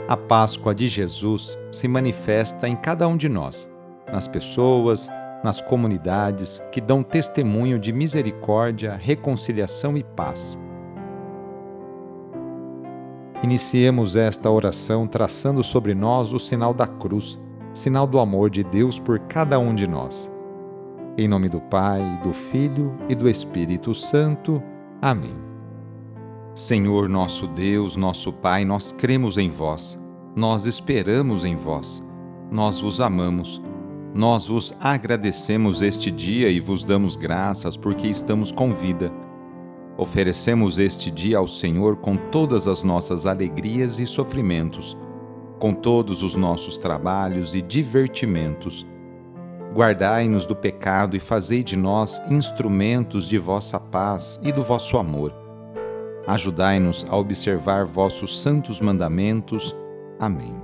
A Páscoa de Jesus se manifesta em cada um de nós, nas pessoas, nas comunidades que dão testemunho de misericórdia, reconciliação e paz. Iniciemos esta oração traçando sobre nós o sinal da cruz, sinal do amor de Deus por cada um de nós. Em nome do Pai, do Filho e do Espírito Santo. Amém. Senhor nosso Deus, nosso Pai, nós cremos em vós, nós esperamos em vós, nós vos amamos, nós vos agradecemos este dia e vos damos graças porque estamos com vida. Oferecemos este dia ao Senhor com todas as nossas alegrias e sofrimentos, com todos os nossos trabalhos e divertimentos. Guardai-nos do pecado e fazei de nós instrumentos de vossa paz e do vosso amor. Ajudai-nos a observar vossos santos mandamentos. Amém.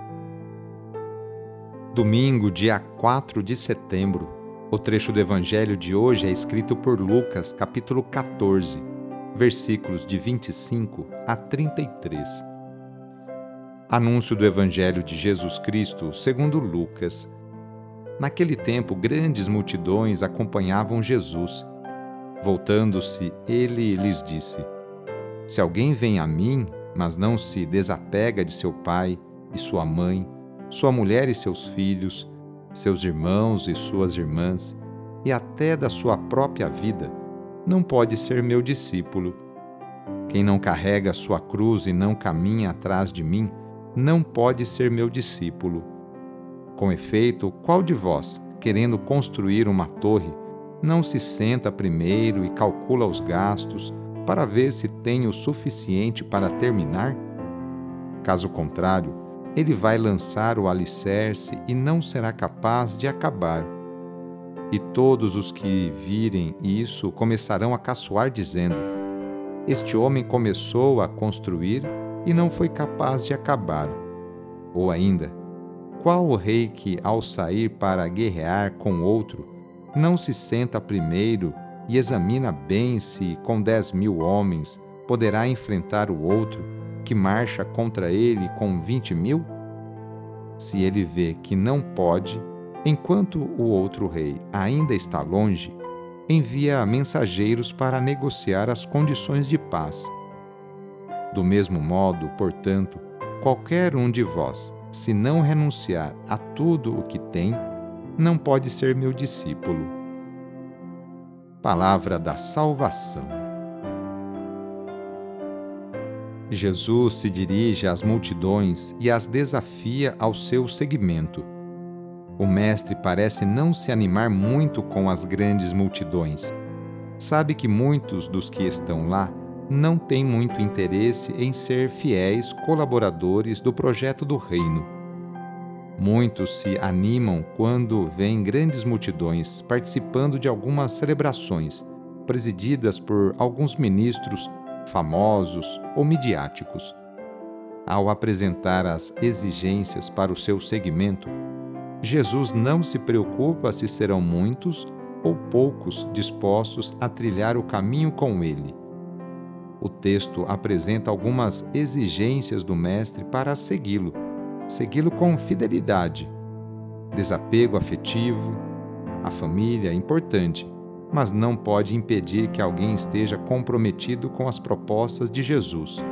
Domingo, dia 4 de setembro. O trecho do Evangelho de hoje é escrito por Lucas, capítulo 14, versículos de 25 a 33. Anúncio do Evangelho de Jesus Cristo segundo Lucas. Naquele tempo, grandes multidões acompanhavam Jesus. Voltando-se, ele lhes disse: Se alguém vem a mim, mas não se desapega de seu pai e sua mãe, sua mulher e seus filhos, seus irmãos e suas irmãs, e até da sua própria vida, não pode ser meu discípulo. Quem não carrega a sua cruz e não caminha atrás de mim, não pode ser meu discípulo. Com efeito, qual de vós, querendo construir uma torre, não se senta primeiro e calcula os gastos para ver se tem o suficiente para terminar? Caso contrário, ele vai lançar o alicerce e não será capaz de acabar. E todos os que virem isso começarão a caçoar, dizendo: Este homem começou a construir e não foi capaz de acabar. Ou ainda, qual o rei que, ao sair para guerrear com outro, não se senta primeiro e examina bem se, com 10.000 homens, poderá enfrentar o outro, que marcha contra ele com 20.000? Se ele vê que não pode, enquanto o outro rei ainda está longe, envia mensageiros para negociar as condições de paz. Do mesmo modo, portanto, qualquer um de vós, se não renunciar a tudo o que tem, não pode ser meu discípulo. Palavra da salvação. Jesus se dirige às multidões e as desafia ao seu seguimento. O mestre parece não se animar muito com as grandes multidões. Sabe que muitos dos que estão lá não têm muito interesse em ser fiéis colaboradores do projeto do reino. Muitos se animam quando veem grandes multidões participando de algumas celebrações, presididas por alguns ministros famosos ou midiáticos. Ao apresentar as exigências para o seu seguimento, Jesus não se preocupa se serão muitos ou poucos dispostos a trilhar o caminho com ele. O texto apresenta algumas exigências do Mestre para segui-lo com fidelidade. Desapego afetivo, a família é importante, mas não pode impedir que alguém esteja comprometido com as propostas de Jesus.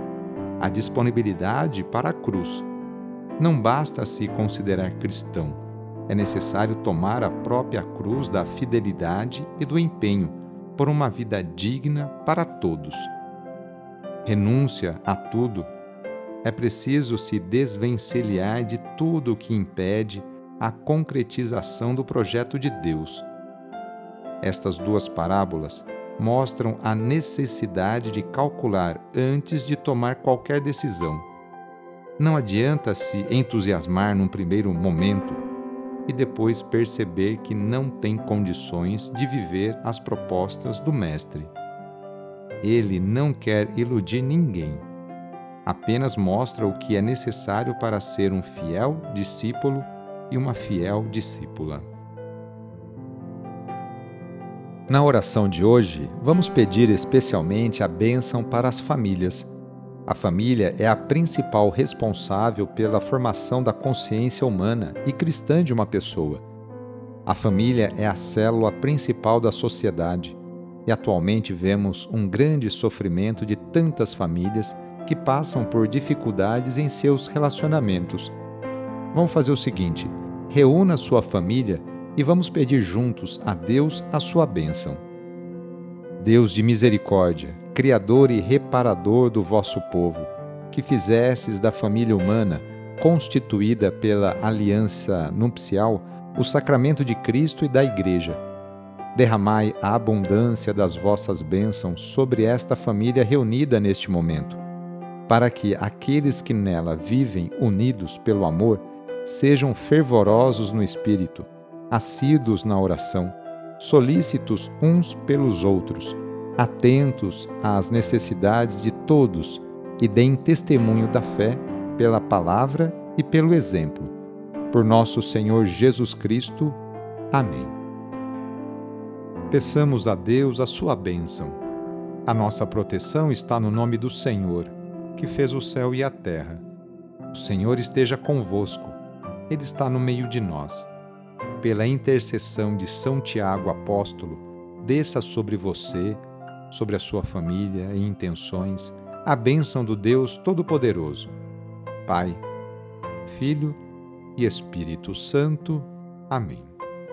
A disponibilidade para a cruz. Não basta se considerar cristão, é necessário tomar a própria cruz da fidelidade e do empenho por uma vida digna para todos. Renúncia a tudo. É preciso se desvencilhar de tudo o que impede a concretização do projeto de Deus. Estas duas parábolas mostram a necessidade de calcular antes de tomar qualquer decisão. Não adianta se entusiasmar num primeiro momento e depois perceber que não tem condições de viver as propostas do Mestre. Ele não quer iludir ninguém. Apenas mostra o que é necessário para ser um fiel discípulo e uma fiel discípula. Na oração de hoje, vamos pedir especialmente a bênção para as famílias. A família é a principal responsável pela formação da consciência humana e cristã de uma pessoa. A família é a célula principal da sociedade e atualmente vemos um grande sofrimento de tantas famílias que passam por dificuldades em seus relacionamentos. Vamos fazer o seguinte: reúna sua família e vamos pedir juntos a Deus a sua bênção. Deus de misericórdia, Criador e reparador do vosso povo, que fizestes da família humana, constituída pela aliança nupcial, o sacramento de Cristo e da Igreja, derramai a abundância das vossas bênçãos sobre esta família reunida neste momento, para que aqueles que nela vivem unidos pelo amor sejam fervorosos no espírito, assíduos na oração, solícitos uns pelos outros, atentos às necessidades de todos e deem testemunho da fé pela palavra e pelo exemplo. Por nosso Senhor Jesus Cristo. Amém. Peçamos a Deus a sua bênção. A nossa proteção está no nome do Senhor, que fez o céu e a terra. O Senhor esteja convosco. Ele está no meio de nós. Pela intercessão de São Tiago Apóstolo, desça sobre você, sobre a sua família e intenções, a bênção do Deus Todo-Poderoso, Pai, Filho e Espírito Santo. Amém.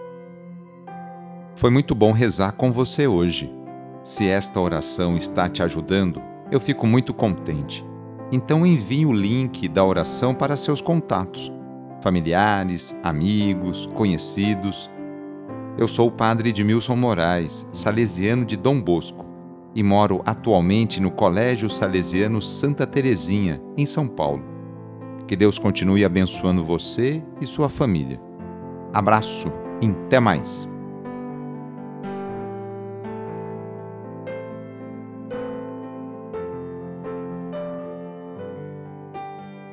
Foi muito bom rezar com você hoje. Se esta oração está te ajudando, eu fico muito contente. Então envie o link da oração para seus contatos, familiares, amigos, conhecidos. Eu sou o padre Edmilson Moraes, salesiano de Dom Bosco, e moro atualmente no Colégio Salesiano Santa Terezinha, em São Paulo. Que Deus continue abençoando você e sua família. Abraço e até mais!